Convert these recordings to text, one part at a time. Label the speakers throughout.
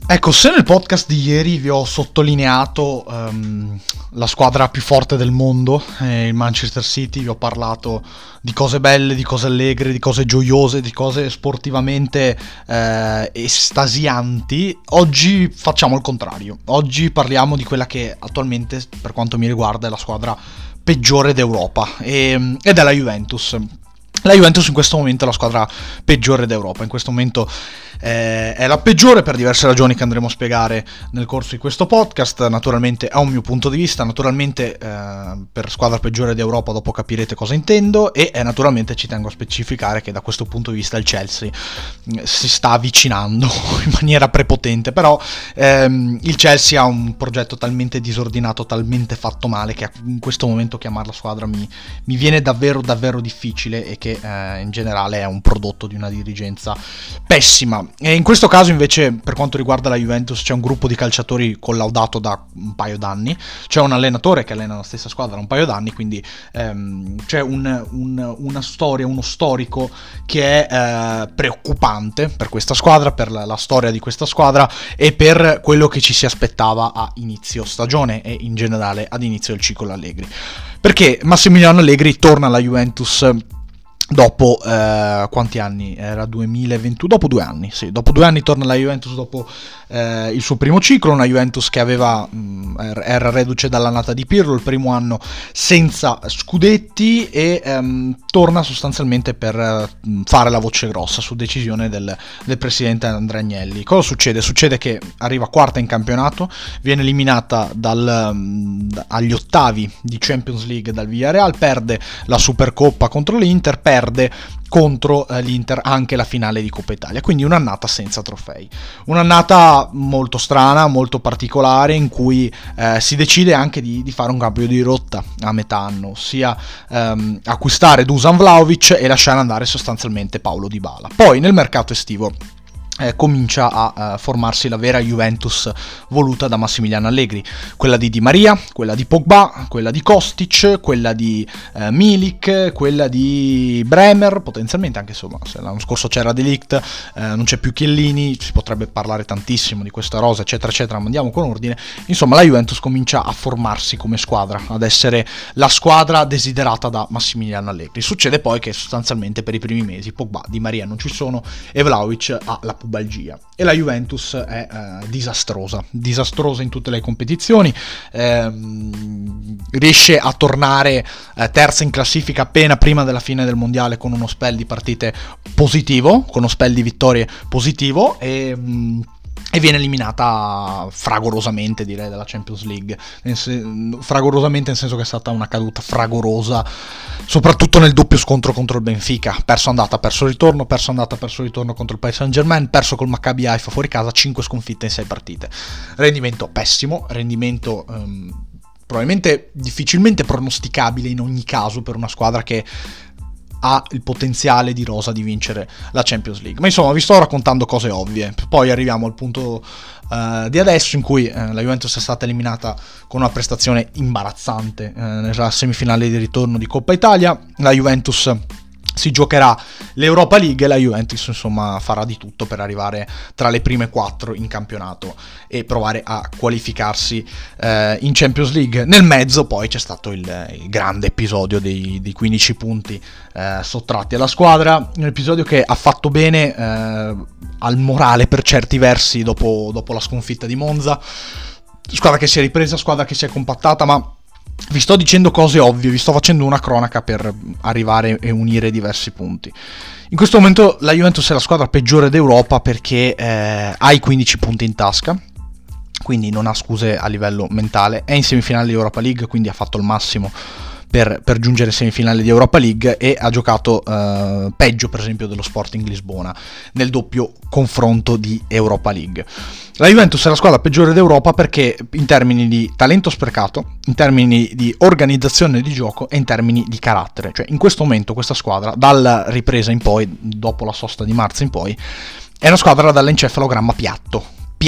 Speaker 1: Ecco, se nel podcast di ieri vi ho sottolineato la squadra più forte del mondo, il Manchester City, vi ho parlato di cose belle, di cose allegre, di cose gioiose, di cose sportivamente estasianti, oggi facciamo il contrario. Oggi parliamo di quella che attualmente, per quanto mi riguarda, è la squadra peggiore d'Europa, ed è la Juventus. La Juventus in questo momento è la squadra peggiore d'Europa, in questo momento è la peggiore per diverse ragioni che andremo a spiegare nel corso di questo podcast. Naturalmente è un mio punto di vista, naturalmente per squadra peggiore d'Europa dopo capirete cosa intendo, e naturalmente ci tengo a specificare che da questo punto di vista il Chelsea si sta avvicinando in maniera prepotente, però il Chelsea ha un progetto talmente disordinato, talmente fatto male, che in questo momento chiamarla squadra mi viene davvero davvero difficile, e che in generale è un prodotto di una dirigenza pessima. E in questo caso invece, per quanto riguarda la Juventus, c'è un gruppo di calciatori collaudato da un paio d'anni, c'è un allenatore che allena la stessa squadra da un paio d'anni, quindi c'è una storia, uno storico che è preoccupante per questa squadra, per la storia di questa squadra e per quello che ci si aspettava a inizio stagione e in generale ad inizio del ciclo Allegri. Perché Massimiliano Allegri torna alla Juventus dopo quanti anni? Era 2021, dopo 2 anni, sì, dopo 2 anni torna alla Juventus dopo il suo primo ciclo, una Juventus che era reduce dall'annata di Pirlo, il primo anno senza scudetti, e torna sostanzialmente per fare la voce grossa su decisione del presidente Andrea Agnelli. Cosa succede? Succede che arriva quarta in campionato, viene eliminata agli ottavi di Champions League dal Villarreal, perde la Supercoppa contro l'Inter, perde contro l'Inter anche la finale di Coppa Italia, quindi un'annata senza trofei, un'annata molto strana, molto particolare, in cui si decide anche di fare un cambio di rotta a metà anno, ossia acquistare Dusan Vlahovic e lasciare andare sostanzialmente Paulo Dybala. Poi nel mercato estivo comincia a formarsi la vera Juventus voluta da Massimiliano Allegri, quella di Di Maria, quella di Pogba, quella di Kostic, quella di Milik, quella di Bremer, potenzialmente anche, insomma, se l'anno scorso c'era De Ligt, non c'è più Chiellini, si potrebbe parlare tantissimo di questa rosa, eccetera eccetera, ma andiamo con ordine. Insomma, la Juventus comincia a formarsi come squadra, ad essere la squadra desiderata da Massimiliano Allegri. Succede poi che sostanzialmente per i primi mesi Pogba, Di Maria non ci sono e Vlahovic ha la pubalgia, e la Juventus è disastrosa in tutte le competizioni, riesce a tornare terza in classifica appena prima della fine del mondiale, con uno spell di partite positivo, con uno spell di vittorie positivo, e viene eliminata fragorosamente, direi, dalla Champions League. Fragorosamente nel senso che è stata una caduta fragorosa, soprattutto nel doppio scontro contro il Benfica, perso andata, perso ritorno, perso andata, perso ritorno contro il Paris Saint-Germain, perso col Maccabi Haifa fuori casa, 5 sconfitte in 6 partite. Rendimento pessimo, rendimento probabilmente difficilmente pronosticabile in ogni caso per una squadra che ha il potenziale di rosa di vincere la Champions League. Ma insomma, vi sto raccontando cose ovvie. Poi arriviamo al punto di adesso, in cui la Juventus è stata eliminata con una prestazione imbarazzante nella semifinale di ritorno di Coppa Italia. La Juventus si giocherà l'Europa League e la Juventus, insomma, farà di tutto per arrivare tra le prime 4 in campionato e provare a qualificarsi in Champions League. Nel mezzo poi c'è stato il grande episodio dei 15 punti sottratti alla squadra, un episodio che ha fatto bene al morale per certi versi dopo la sconfitta di Monza. Squadra che si è ripresa, squadra che si è compattata, ma vi sto dicendo cose ovvie, vi sto facendo una cronaca per arrivare e unire diversi punti. In questo momento la Juventus è la squadra peggiore d'Europa perché ha i 15 punti in tasca, quindi non ha scuse a livello mentale, è in semifinale di Europa League, quindi ha fatto il massimo per giungere in semifinale di Europa League, e ha giocato peggio per esempio dello Sporting Lisbona nel doppio confronto di Europa League. La Juventus è la squadra peggiore d'Europa perché in termini di talento sprecato, in termini di organizzazione di gioco e in termini di carattere. Cioè, in questo momento questa squadra, dalla ripresa in poi, dopo la sosta di marzo in poi, è una squadra dall'encefalogramma piatto,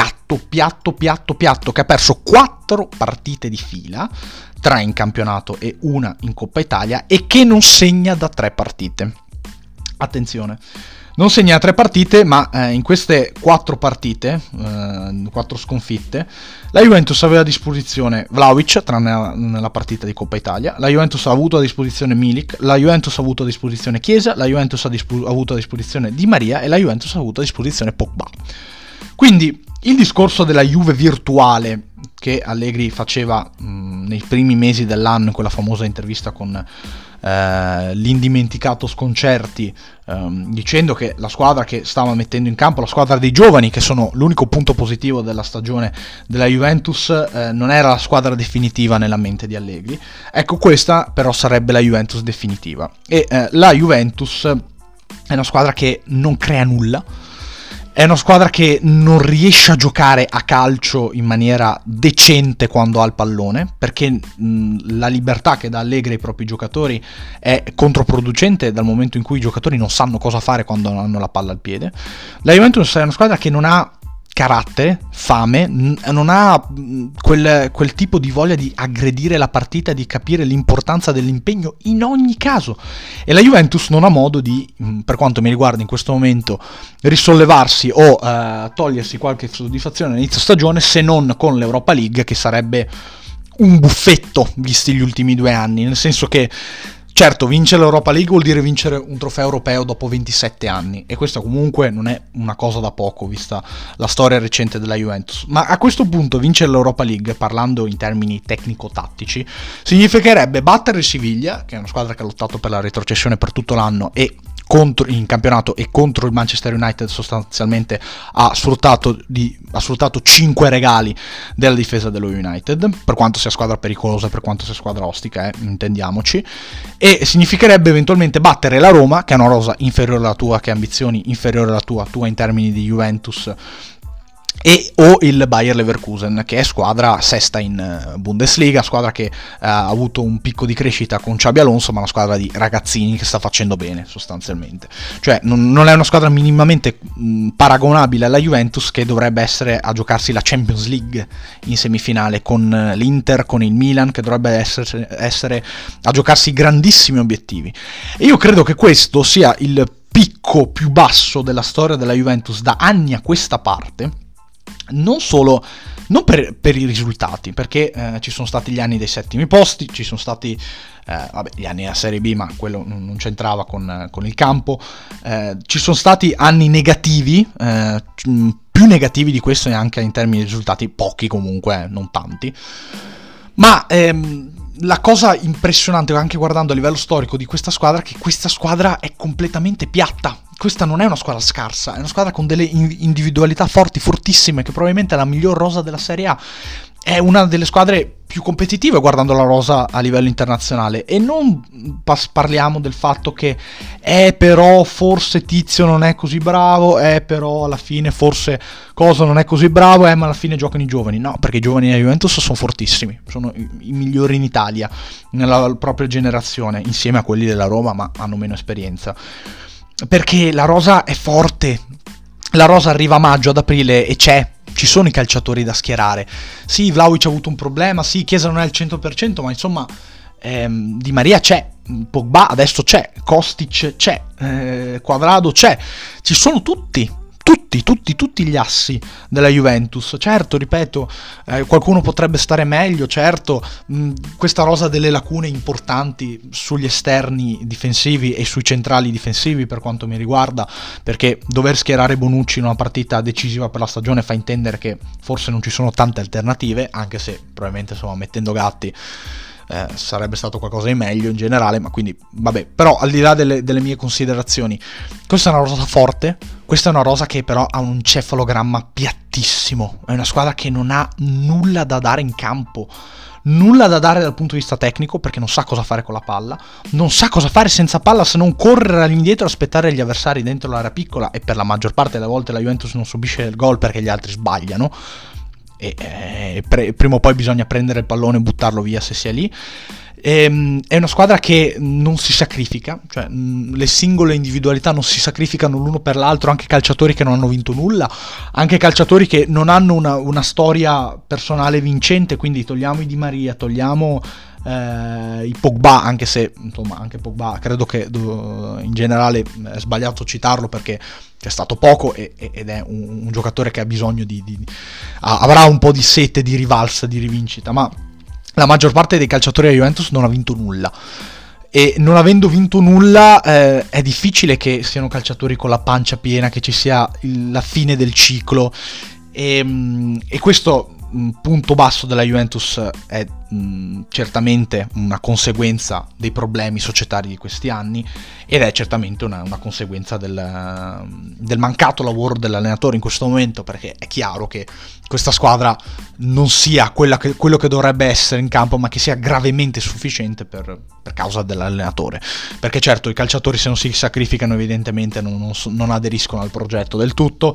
Speaker 1: che ha perso 4 partite di fila, 3 in campionato e 1 in Coppa Italia, e che non segna da 3 partite. Attenzione, Non segna 3 partite, ma in queste 4 partite, 4 sconfitte, la Juventus aveva a disposizione Vlahovic, tranne nella partita di Coppa Italia, la Juventus ha avuto a disposizione Milik, la Juventus ha avuto a disposizione Chiesa, la Juventus ha avuto a disposizione Di Maria e la Juventus ha avuto a disposizione Pogba. Quindi il discorso della Juve virtuale che Allegri faceva nei primi mesi dell'anno in quella famosa intervista con l'indimenticato Sconcerti, dicendo che la squadra che stava mettendo in campo, la squadra dei giovani, che sono l'unico punto positivo della stagione della Juventus, non era la squadra definitiva nella mente di Allegri. Ecco, questa però sarebbe la Juventus definitiva, e la Juventus è una squadra che non crea nulla. È una squadra che non riesce a giocare a calcio in maniera decente quando ha il pallone, perché la libertà che dà Allegri ai propri giocatori è controproducente dal momento in cui i giocatori non sanno cosa fare quando non hanno la palla al piede. La Juventus è una squadra che non ha carattere, fame, non ha quel tipo di voglia di aggredire la partita, di capire l'importanza dell'impegno in ogni caso, e la Juventus non ha modo di, per quanto mi riguarda in questo momento, risollevarsi o togliersi qualche soddisfazione all'inizio stagione, se non con l'Europa League, che sarebbe un buffetto visti gli ultimi 2 anni, nel senso che certo, vincere l'Europa League vuol dire vincere un trofeo europeo dopo 27 anni, e questo comunque non è una cosa da poco, vista la storia recente della Juventus. Ma a questo punto vincere l'Europa League, parlando in termini tecnico-tattici, significherebbe battere il Siviglia, che è una squadra che ha lottato per la retrocessione per tutto l'anno e in campionato, e contro il Manchester United sostanzialmente ha sfruttato 5 regali della difesa dello United, per quanto sia squadra pericolosa, per quanto sia squadra ostica, intendiamoci. E significherebbe eventualmente battere la Roma, che è una rosa inferiore alla tua, che ha ambizioni inferiori alla tua in termini di Juventus, o il Bayer Leverkusen, che è squadra sesta in Bundesliga, squadra che ha avuto un picco di crescita con Xabi Alonso, ma una squadra di ragazzini che sta facendo bene sostanzialmente. Cioè non è una squadra minimamente paragonabile alla Juventus, che dovrebbe essere a giocarsi la Champions League in semifinale con l'Inter, con il Milan, che dovrebbe essere a giocarsi grandissimi obiettivi. E io credo che questo sia il picco più basso della storia della Juventus da anni a questa parte. Non per i risultati, perché ci sono stati gli anni dei settimi posti, ci sono stati gli anni della Serie B, ma quello non c'entrava con il campo, ci sono stati anni negativi, più negativi di questo, e anche in termini di risultati, pochi comunque, non tanti, ma la cosa impressionante, anche guardando a livello storico di questa squadra, è che questa squadra è completamente piatta. Questa non è una squadra scarsa, è una squadra con delle individualità forti, fortissime, che probabilmente è la miglior rosa della Serie A. È una delle squadre più competitive guardando la rosa a livello internazionale, e non parliamo del fatto che però forse Tizio non è così bravo, però alla fine forse Coso non è così bravo, ma alla fine giocano i giovani. No, perché i giovani della Juventus sono fortissimi, sono i migliori in Italia nella propria generazione, insieme a quelli della Roma, ma hanno meno esperienza. Perché la rosa è forte, la rosa arriva a maggio, ad aprile, e ci sono i calciatori da schierare. Sì, Vlahovic ha avuto un problema, sì, Chiesa non è al 100%, ma insomma Di Maria c'è, Pogba adesso c'è, Kostic c'è, Quadrado c'è, ci sono tutti gli assi della Juventus. Certo, ripeto, qualcuno potrebbe stare meglio, certo, questa rosa ha delle lacune importanti sugli esterni difensivi e sui centrali difensivi, per quanto mi riguarda, perché dover schierare Bonucci in una partita decisiva per la stagione fa intendere che forse non ci sono tante alternative, anche se probabilmente, insomma, mettendo Gatti sarebbe stato qualcosa di meglio in generale, ma quindi vabbè. Però al di là delle mie considerazioni, questa è una rosa forte, questa è una rosa che però ha un encefalogramma piattissimo, è una squadra che non ha nulla da dare in campo, nulla da dare dal punto di vista tecnico, perché non sa cosa fare con la palla, non sa cosa fare senza palla se non correre all'indietro e aspettare gli avversari dentro l'area piccola, e per la maggior parte delle volte la Juventus non subisce il gol perché gli altri sbagliano, e prima o poi bisogna prendere il pallone e buttarlo via se si è lì. È una squadra che non si sacrifica, cioè le singole individualità non si sacrificano l'uno per l'altro, anche calciatori che non hanno vinto nulla, anche calciatori che non hanno una storia personale vincente, quindi togliamo i Di Maria, togliamo i Pogba, anche se insomma anche Pogba credo che in generale è sbagliato citarlo perché c'è stato poco ed è un giocatore che ha bisogno avrà un po' di sete di rivalsa, di rivincita, ma la maggior parte dei calciatori della Juventus non ha vinto nulla. E non avendo vinto nulla è difficile che siano calciatori con la pancia piena, che ci sia la fine del ciclo, e questo punto basso della Juventus è certamente una conseguenza dei problemi societari di questi anni, ed è certamente una conseguenza del mancato lavoro dell'allenatore in questo momento, perché è chiaro che questa squadra non sia quello che dovrebbe essere in campo, ma che sia gravemente insufficiente per causa dell'allenatore, perché certo i calciatori, se non si sacrificano, evidentemente non aderiscono al progetto del tutto,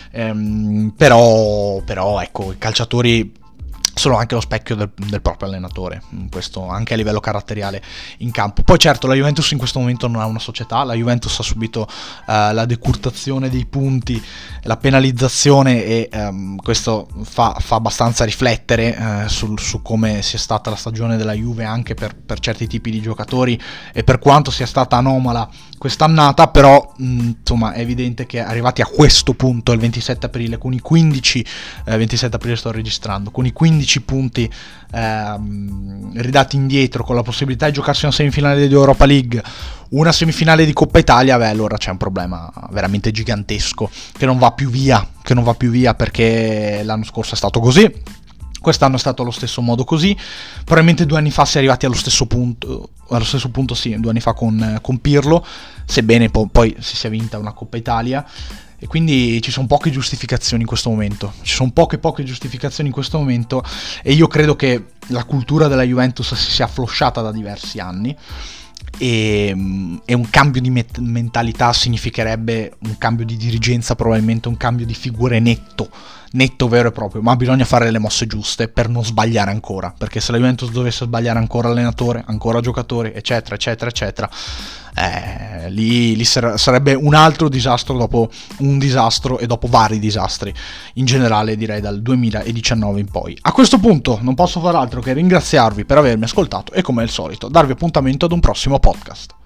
Speaker 1: però ecco, i calciatori sono anche lo specchio del proprio allenatore, questo anche a livello caratteriale in campo. Poi certo la Juventus in questo momento non ha una società, la Juventus ha subito la decurtazione dei punti, la penalizzazione, e questo fa abbastanza riflettere su come sia stata la stagione della Juve anche per certi tipi di giocatori, e per quanto sia stata anomala quest'annata, però insomma è evidente che arrivati a questo punto il 27 aprile con i 15 27 aprile sto registrando, con i 15 punti ridati indietro, con la possibilità di giocarsi una semifinale di Europa League, una semifinale di Coppa Italia, allora c'è un problema veramente gigantesco che non va più via, perché l'anno scorso è stato così, quest'anno è stato allo stesso modo così, probabilmente 2 anni fa si è arrivati allo stesso punto sì, 2 anni fa con Pirlo, sebbene poi si sia vinta una Coppa Italia. E quindi ci sono poche giustificazioni in questo momento. Ci sono poche giustificazioni in questo momento, e io credo che la cultura della Juventus si sia afflosciata da diversi anni, e un cambio di mentalità significherebbe un cambio di dirigenza, probabilmente un cambio di figure netto vero e proprio, ma bisogna fare le mosse giuste per non sbagliare ancora, perché se la Juventus dovesse sbagliare ancora allenatore, ancora giocatori, eccetera eccetera eccetera, lì sarebbe un altro disastro dopo un disastro e dopo vari disastri in generale, direi dal 2019 in poi. A questo punto non posso far altro che ringraziarvi per avermi ascoltato e, come al solito, darvi appuntamento ad un prossimo podcast.